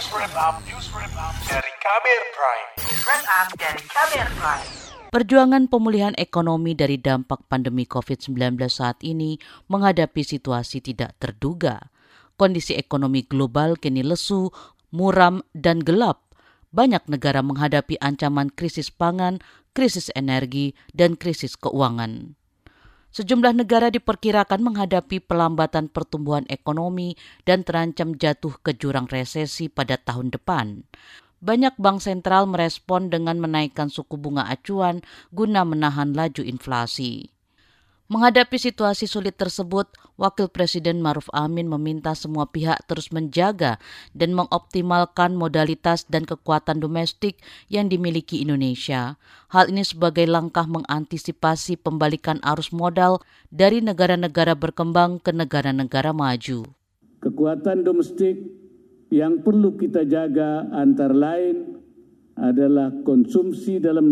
News Wrap Up dari Kamer Prime. Perjuangan pemulihan ekonomi dari dampak pandemi COVID-19 saat ini menghadapi situasi tidak terduga. Kondisi ekonomi global kini lesu, muram, dan gelap. Banyak negara menghadapi ancaman krisis pangan, krisis energi, dan krisis keuangan. Sejumlah negara diperkirakan menghadapi pelambatan pertumbuhan ekonomi dan terancam jatuh ke jurang resesi pada tahun depan. Banyak bank sentral merespon dengan menaikkan suku bunga acuan guna menahan laju inflasi. Menghadapi situasi sulit tersebut, Wakil Presiden Maruf Amin meminta semua pihak terus menjaga dan mengoptimalkan modalitas dan kekuatan domestik yang dimiliki Indonesia. Hal ini sebagai langkah mengantisipasi pembalikan arus modal dari negara-negara berkembang ke negara-negara maju. Kekuatan domestik yang perlu kita jaga antara lain adalah konsumsi dalam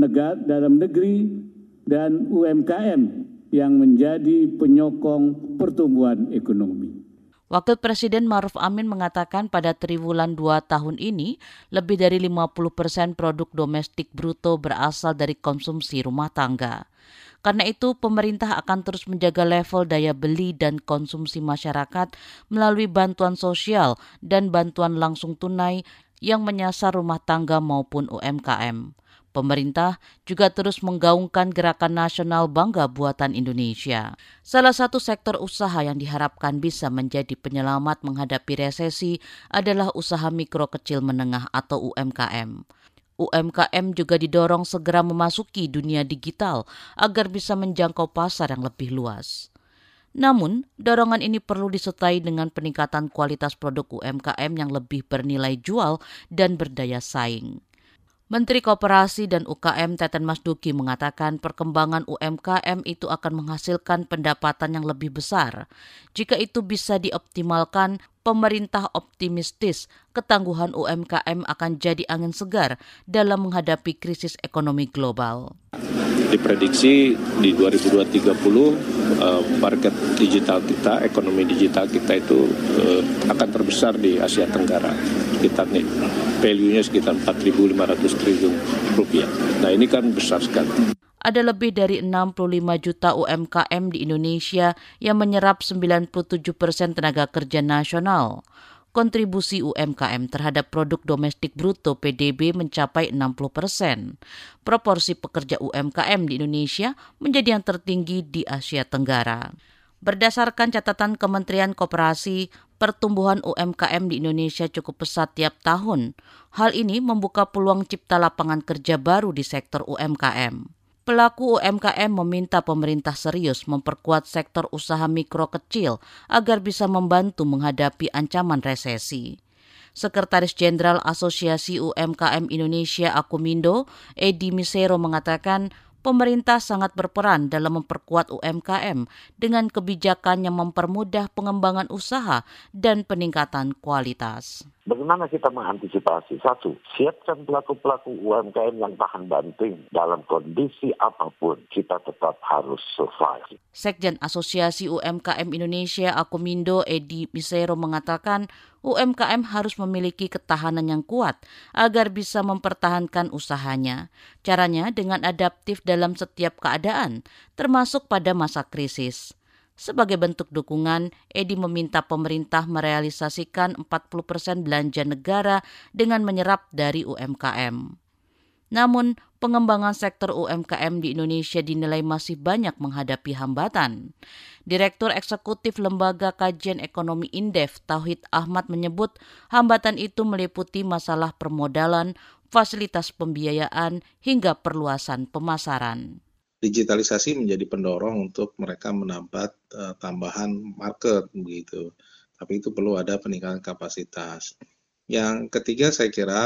negeri dan UMKM yang menjadi penyokong pertumbuhan ekonomi. Wakil Presiden Maruf Amin mengatakan pada triwulan 2 tahun ini, lebih dari 50% produk domestik bruto berasal dari konsumsi rumah tangga. Karena itu, pemerintah akan terus menjaga level daya beli dan konsumsi masyarakat melalui bantuan sosial dan bantuan langsung tunai yang menyasar rumah tangga maupun UMKM. Pemerintah juga terus menggaungkan gerakan nasional Bangga Buatan Indonesia. Salah satu sektor usaha yang diharapkan bisa menjadi penyelamat menghadapi resesi adalah usaha mikro kecil menengah atau UMKM. UMKM juga didorong segera memasuki dunia digital agar bisa menjangkau pasar yang lebih luas. Namun, dorongan ini perlu disertai dengan peningkatan kualitas produk UMKM yang lebih bernilai jual dan berdaya saing. Menteri Koperasi dan UKM Teten Mas Duki mengatakan perkembangan UMKM itu akan menghasilkan pendapatan yang lebih besar. Jika itu bisa dioptimalkan, pemerintah optimistis ketangguhan UMKM akan jadi angin segar dalam menghadapi krisis ekonomi global. Diprediksi di 2030 market digital kita, ekonomi digital kita itu akan terbesar di Asia Tenggara. Sekitar nih, value-nya sekitar 4.500 triliun rupiah. Nah ini kan besar sekali. Ada lebih dari 65 juta UMKM di Indonesia yang menyerap 97% tenaga kerja nasional. Kontribusi UMKM terhadap produk domestik bruto PDB mencapai 60%. Proporsi pekerja UMKM di Indonesia menjadi yang tertinggi di Asia Tenggara. Berdasarkan catatan Kementerian Koperasi, pertumbuhan UMKM di Indonesia cukup pesat tiap tahun. Hal ini membuka peluang cipta lapangan kerja baru di sektor UMKM. Pelaku UMKM meminta pemerintah serius memperkuat sektor usaha mikro kecil agar bisa membantu menghadapi ancaman resesi. Sekretaris Jenderal Asosiasi UMKM Indonesia Akumindo, Edi Misero mengatakan pemerintah sangat berperan dalam memperkuat UMKM dengan kebijakan yang mempermudah pengembangan usaha dan peningkatan kualitas. Bagaimana kita mengantisipasi? Satu, siapkan pelaku-pelaku UMKM yang tahan banting dalam kondisi apapun. Kita tetap harus survive. Sekjen Asosiasi UMKM Indonesia Akumindo Edi Misero mengatakan UMKM harus memiliki ketahanan yang kuat agar bisa mempertahankan usahanya. Caranya dengan adaptif dalam setiap keadaan, termasuk pada masa krisis. Sebagai bentuk dukungan, Edi meminta pemerintah merealisasikan 40% belanja negara dengan menyerap dari UMKM. Namun, pengembangan sektor UMKM di Indonesia dinilai masih banyak menghadapi hambatan. Direktur Eksekutif Lembaga Kajian Ekonomi Indef, Tauhid Ahmad menyebut hambatan itu meliputi masalah permodalan, fasilitas pembiayaan, hingga perluasan pemasaran. Digitalisasi menjadi pendorong untuk mereka menambah tambahan market begitu. Tapi itu perlu ada peningkatan kapasitas. Yang ketiga saya kira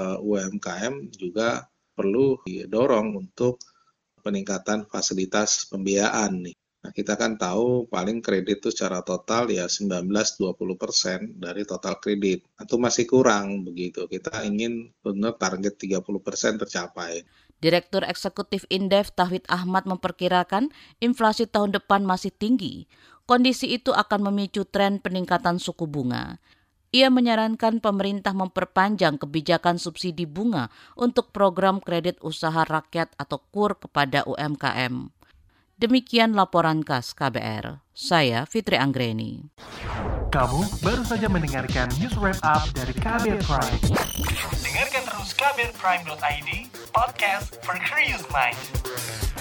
UMKM juga perlu didorong untuk peningkatan fasilitas pembiayaan nih. Nah, kita kan tahu paling kredit itu secara total ya 19-20% dari total kredit. Itu masih kurang begitu. Kita ingin benar target 30% tercapai. Direktur Eksekutif Indef Tauhid Ahmad memperkirakan inflasi tahun depan masih tinggi. Kondisi itu akan memicu tren peningkatan suku bunga. Ia menyarankan pemerintah memperpanjang kebijakan subsidi bunga untuk program kredit usaha rakyat atau KUR kepada UMKM. Demikian laporan khas KBR. Saya Fitri Anggreni. Kamu baru saja mendengarkan news wrap up dari KBR Prime. Dengarkan terus kbrprime.id, podcast for curious mind.